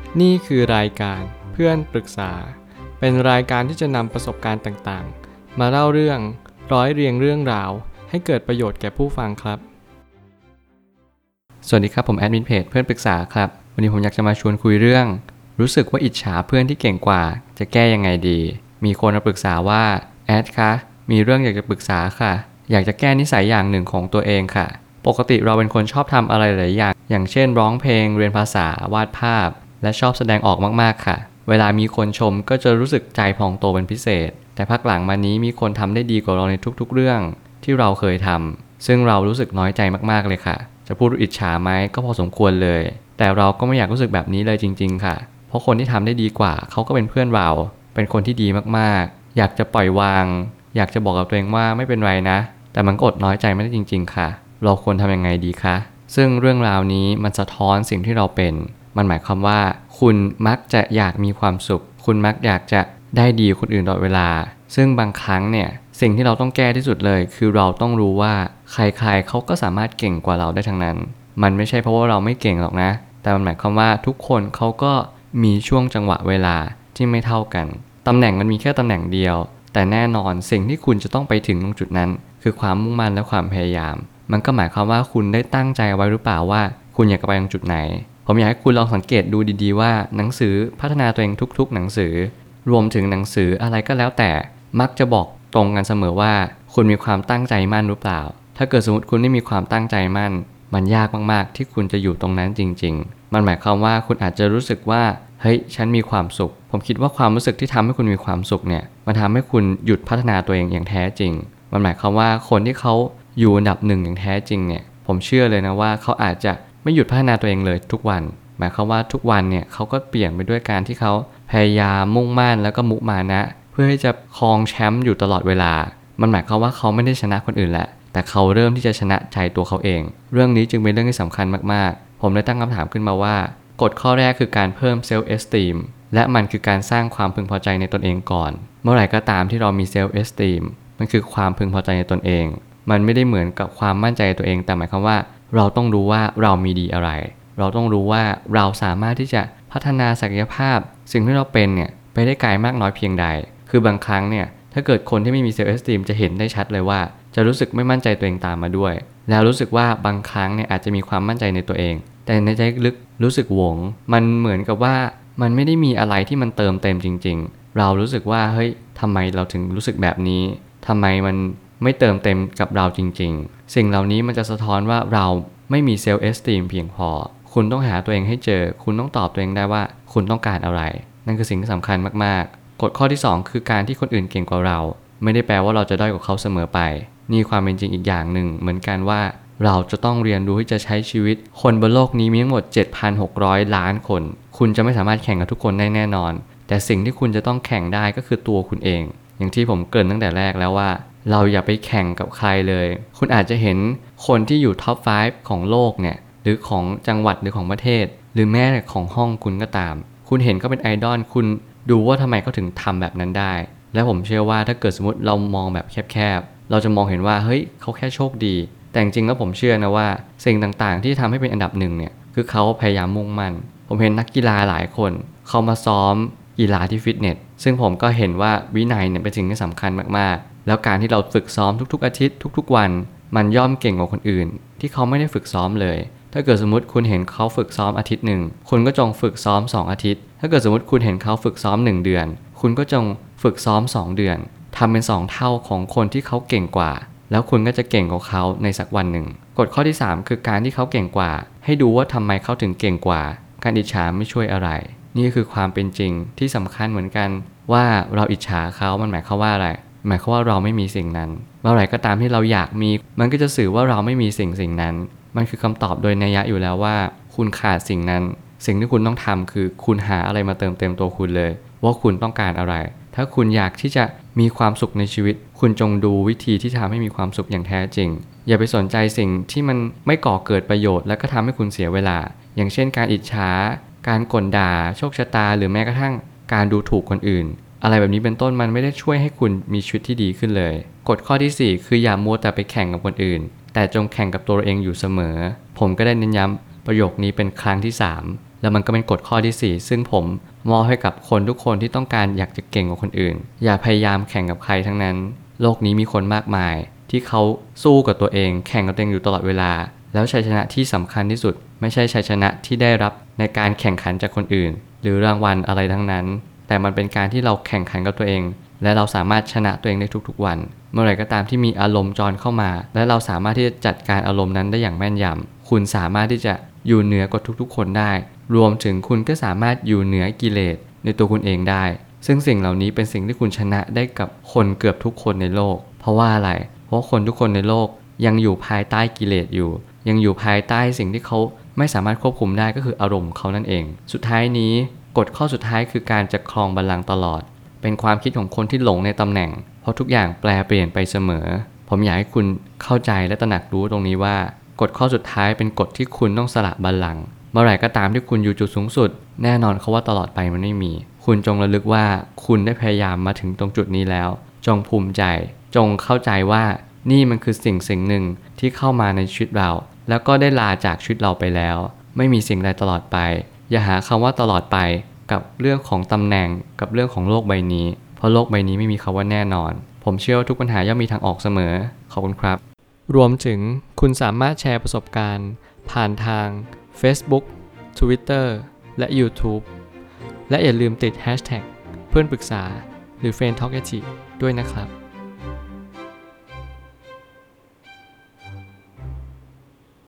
นี่คือรายการเพื่อนปรึกษาเป็นรายการที่จะนำประสบการณ์ต่างๆมาเล่าเรื่องร้อยเรียงเรื่องราวให้เกิดประโยชน์แก่ผู้ฟังครับสวัสดีครับผมแอดมินเพจเพื่อนปรึกษาครับวันนี้ผมอยากจะมาชวนคุยเรื่องรู้สึกว่าอิจฉาเพื่อนที่เก่งกว่าจะแก้ยังไงดีมีคนมาปรึกษาว่าแอดคะมีเรื่องอยากจะปรึกษาค่ะอยากจะแก้นิสัยอย่างหนึ่งของตัวเองค่ะปกติเราเป็นคนชอบทำอะไรหลายอย่างอย่างเช่นร้องเพลงเรียนภาษาวาดภาพและชอบแสดงออกมากๆค่ะเวลามีคนชมก็จะรู้สึกใจพองโตเป็นพิเศษแต่พักหลังมานี้มีคนทำได้ดีกว่าเราในทุกๆเรื่องที่เราเคยทำซึ่งเรารู้สึกน้อยใจมากๆเลยค่ะจะพูดอิจฉาไหมก็พอสมควรเลยแต่เราก็ไม่อยากรู้สึกแบบนี้เลยจริงๆค่ะเพราะคนที่ทำได้ดีกว่าเขาก็เป็นเพื่อนเราเป็นคนที่ดีมากๆอยากจะปล่อยวางอยากจะบอกกับตัวเองว่าไม่เป็นไรนะแต่มันก็อดน้อยใจไม่ได้จริงๆค่ะเราควรทำยังไงดีคะซึ่งเรื่องราวนี้มันสะท้อนสิ่งที่เราเป็นมันหมายความว่าคุณมักจะอยากมีความสุขคุณมักอยากจะได้ดีคนอื่นตลอดเวลาซึ่งบางครั้งเนี่ยสิ่งที่เราต้องแก้ที่สุดเลยคือเราต้องรู้ว่าใครๆเขาก็สามารถเก่งกว่าเราได้ทั้งนั้นมันไม่ใช่เพราะว่าเราไม่เก่งหรอกนะแต่มันหมายความว่าทุกคนเขาก็มีช่วงจังหวะเวลาที่ไม่เท่ากันตำแหน่งมันมีแค่ตำแหน่งเดียวแต่แน่นอนสิ่งที่คุณจะต้องไปถึงตรงจุดนั้นคือความมุ่งมั่นและความพยายามมันก็หมายความว่าคุณได้ตั้งใจไว้หรือเปล่าว่าคุณอยากไปยังจุดไหนผมอยากให้คุณลองสังเกตดูดีๆว่าหนังสือพัฒนาตัวเองทุกๆหนังสือรวมถึงหนังสืออะไรก็แล้วแต่มักจะบอกตรงกันเสมอว่าคุณมีความตั้งใจมั่นหรือเปล่าถ้าเกิดสมมติคุณไม่มีความตั้งใจมั่นมันยากมากๆที่คุณจะอยู่ตรงนั้นจริงๆมันหมายความว่าคุณอาจจะรู้สึกว่าเฮ้ยฉันมีความสุขผมคิดว่าความรู้สึกที่ทำให้คุณมีความสุขเนี่ยมันทำให้คุณหยุดพัฒนาตัวเองอย่างแท้จริงมันหมายความว่าคนที่เขาอยู่อันดับหนึ่งอย่างแท้จริงเนี่ยผมเชื่อเลยนะว่าเขาอาจจะไม่หยุดพัฒนาตัวเองเลยทุกวันหมายความว่าทุกวันเนี่ยเขาก็เปลี่ยนไปด้วยการที่เขาพยายามมุ่งมั่นแล้วก็มุมานะเพื่อที่จะครองแชมป์อยู่ตลอดเวลามันหมายความว่าเขาไม่ได้ชนะคนอื่นแล้วแต่เขาเริ่มที่จะชนะใจตัวเขาเองเรื่องนี้จึงเป็นเรื่องที่สำคัญมากๆผมเลยตั้งคำถามขึ้นมาว่ากฎข้อแรกคือการเพิ่มเซลฟ์เอสตีมและมันคือการสร้างความพึงพอใจในตนเองก่อนเมื่อไหร่ก็ตามที่เรามีเซลฟ์เอสตีมมันคือความพึงพอใจในตนเองมันไม่ได้เหมือนกับความมั่นใจในตัวเองแต่หมายความว่าเราต้องรู้ว่าเรามีดีอะไรเราต้องรู้ว่าเราสามารถที่จะพัฒนาศักยภาพสิ่งที่เราเป็นเนี่ยไปได้ไกลมากน้อยเพียงใดคือบางครั้งเนี่ยถ้าเกิดคนที่ไม่มีเซลฟ์เอสตีมจะเห็นได้ชัดเลยว่าจะรู้สึกไม่มั่นใจตัวเองตามมาด้วยแล้วรู้สึกว่าบางครั้งเนี่ยอาจจะมีความมั่นใจในตัวเองแต่ในใจลึกรู้สึกหวงมันเหมือนกับว่ามันไม่ได้มีอะไรที่มันเติมเต็มจริงๆเรารู้สึกว่าเฮ้ยทำไมเราถึงรู้สึกแบบนี้ทำไมมันไม่เติมเต็มกับเราจริงๆสิ่งเหล่านี้มันจะสะท้อนว่าเราไม่มีเซลฟ์เอสตีมเพียงพอคุณต้องหาตัวเองให้เจอคุณต้องตอบตัวเองได้ว่าคุณต้องการอะไรนั่นคือสิ่งที่สำคัญมากๆกฎข้อที่2คือการที่คนอื่นเก่งกว่าเราไม่ได้แปลว่าเราจะด้อยกว่าเขาเสมอไปนี่ความเป็นจริงอีกอย่างหนึ่งเหมือนกันว่าเราจะต้องเรียนรู้ที่จะใช้ชีวิตคนบนโลกนี้มีทั้งหมด 7,600 ล้านคนคุณจะไม่สามารถแข่งกับทุกคนได้แน่นอนแต่สิ่งที่คุณจะต้องแข่งได้ก็คือตัวคุณเองอย่างที่ผมเกริ่นตั้งแต่แรกแล้วว่าเราอย่าไปแข่งกับใครเลยคุณอาจจะเห็นคนที่อยู่ท็อป 5 ของโลกเนี่ยหรือของจังหวัดหรือของประเทศหรือแม้แต่ของห้องคุณก็ตามคุณเห็นเขาเป็นไอดอลคุณดูว่าทำไมเขาถึงทำแบบนั้นได้และผมเชื่อว่าถ้าเกิดสมมติเรามองแบบแคบๆเราจะมองเห็นว่าเฮ้ยเขาแค่โชคดีแต่จริงๆแล้วผมเชื่อนะว่าสิ่งต่างๆที่ทำให้เป็นอันดับหนึ่งเนี่ยคือเขาพยายามมุ่งมั่นผมเห็นนักกีฬาหลายคนเขามาซ้อมกีฬาที่ฟิตเนสซึ่งผมก็เห็นว่าวินัยเนี่ยเป็นสิ่งที่สำคัญมากๆแล้วการที่เราฝึกซ้อมทุกๆอาทิตย์ทุกๆวันมันย่อมเก่งกว่าคนอื่นที่เขาไม่ได้ฝึกซ้อมเลยถ้าเกิดสมมติคุณเห็นเขาฝึกซ้อมอาทิตย์หนึ่งคุณก็จงฝึกซ้อม2 อาทิตย์ถ้าเกิดสมมติคุณเห็นเขาฝึกซ้อม1 เดือนคุณก็จงฝึกซ้อม2 เดือนทำเป็น2 เท่าของคนที่เขาเก่งกว่าแล้วคุณก็จะเก่งกว่าเขาในสักวันหนึ่งกฎข้อที่3คือการที่เขาเก่งกว่าให้ดูว่าทำไมเขาถึงเก่งกว่าการอิจฉาไม่ช่วยอะไรนี่คือความเป็นจริงที่สำคัญเหมือนกันว่าเราอิจฉาเขามันหมายความว่าอะไรหมายความว่าเราไม่มีสิ่งนั้นเมื่อไหร่ก็ตามที่เราอยากมีมันก็จะสื่อว่าเราไม่มีสิ่งนั้นมันคือคำตอบโดยนัยยะอยู่แล้วว่าคุณขาดสิ่งนั้นสิ่งที่คุณต้องทำคือคุณหาอะไรมาเติมเต็มตัวคุณเลยว่าคุณต้องการอะไรถ้าคุณอยากที่จะมีความสุขในชีวิตคุณจงดูวิธีที่ทำให้มีความสุขอย่างแท้จริงอย่าไปสนใจสิ่งที่มันไม่ก่อเกิดประโยชน์และก็ทำให้คุณเสียเวลาอย่างเช่นการอิจฉาการก่นด่าโชคชะตาหรือแม้กระทั่งการดูถูกคนอื่นอะไรแบบนี้เป็นต้นมันไม่ได้ช่วยให้คุณมีชีวิตที่ดีขึ้นเลยกฎข้อที่4คืออย่ามัวแต่ไปแข่งกับคนอื่นแต่จงแข่งกับตัวเองอยู่เสมอผมก็ได้เน้นย้ำประโยคนี้เป็นครั้งที่3 แล้วมันก็เป็นกฎข้อที่ 4ซึ่งผมมอบให้กับคนทุกคนที่ต้องการอยากจะเก่งกว่าคนอื่นอย่าพยายามแข่งกับใครทั้งนั้นโลกนี้มีคนมากมายที่เขาสู้กับตัวเองแข่งกับตัวเองอยู่ตลอดเวลาแล้วชัยชนะที่สำคัญที่สุดไม่ใช่ชัยชนะที่ได้รับในการแข่งขันจากคนอื่นหรือรางวัลอะไรทั้งนั้นแต่มันเป็นการที่เราแข่งขันกับตัวเองและเราสามารถชนะตัวเองได้ทุกๆวันเมื่อไหร่ก็ตามที่มีอารมณ์จรเข้ามาและเราสามารถที่จะจัดการอารมณ์นั้นได้อย่างแม่นยำคุณสามารถที่จะอยู่เหนือกว่าทุกๆคนได้รวมถึงคุณก็สามารถอยู่เหนือกิเลสในตัวคุณเองได้ซึ่งสิ่งเหล่านี้เป็นสิ่งที่คุณชนะได้กับคนเกือบทุกคนในโลกเพราะว่าอะไรเพราะคนทุกคนในโลกยังอยู่ภายใต้กิเลสอยู่ยังอยู่ภายใต้สิ่งที่เขาไม่สามารถควบคุมได้ก็คืออารมณ์ของเขานั่นเองสุดท้ายนี้กฎข้อสุดท้ายคือการจะครองบัลลังก์ตลอดเป็นความคิดของคนที่หลงในตำแหน่งเพราะทุกอย่างแปลเปลี่ยนไปเสมอผมอยากให้คุณเข้าใจและตระหนักรู้ตรงนี้ว่ากฎข้อสุดท้ายเป็นกฎที่คุณต้องสละบัลลังก์เมื่อไหร่ก็ตามที่คุณอยู่จุดสูงสุดแน่นอนเขาว่าตลอดไปมันไม่มีคุณจงระลึกว่าคุณได้พยายามมาถึงตรงจุดนี้แล้วจงภูมิใจจงเข้าใจว่านี่มันคือสิ่งหนึ่งที่เข้ามาในชีวิตเราแล้วก็ได้ลาจากชีวิตเราไปแล้วไม่มีสิ่งใดตลอดไปอย่าหาคำว่าตลอดไปกับเรื่องของตำแหน่งกับเรื่องของโลกใบนี้เพราะโลกใบนี้ไม่มีคำว่าแน่นอนผมเชื่อว่าทุกปัญหาย่อมมีทางออกเสมอขอบคุณครับรวมถึงคุณสามารถแชร์ประสบการณ์ผ่านทาง Facebook Twitter และ YouTube และอย่าลืมติด Hashtag เพื่อนปรึกษาหรือ f r ร e n d Talk ด้วยนะครับ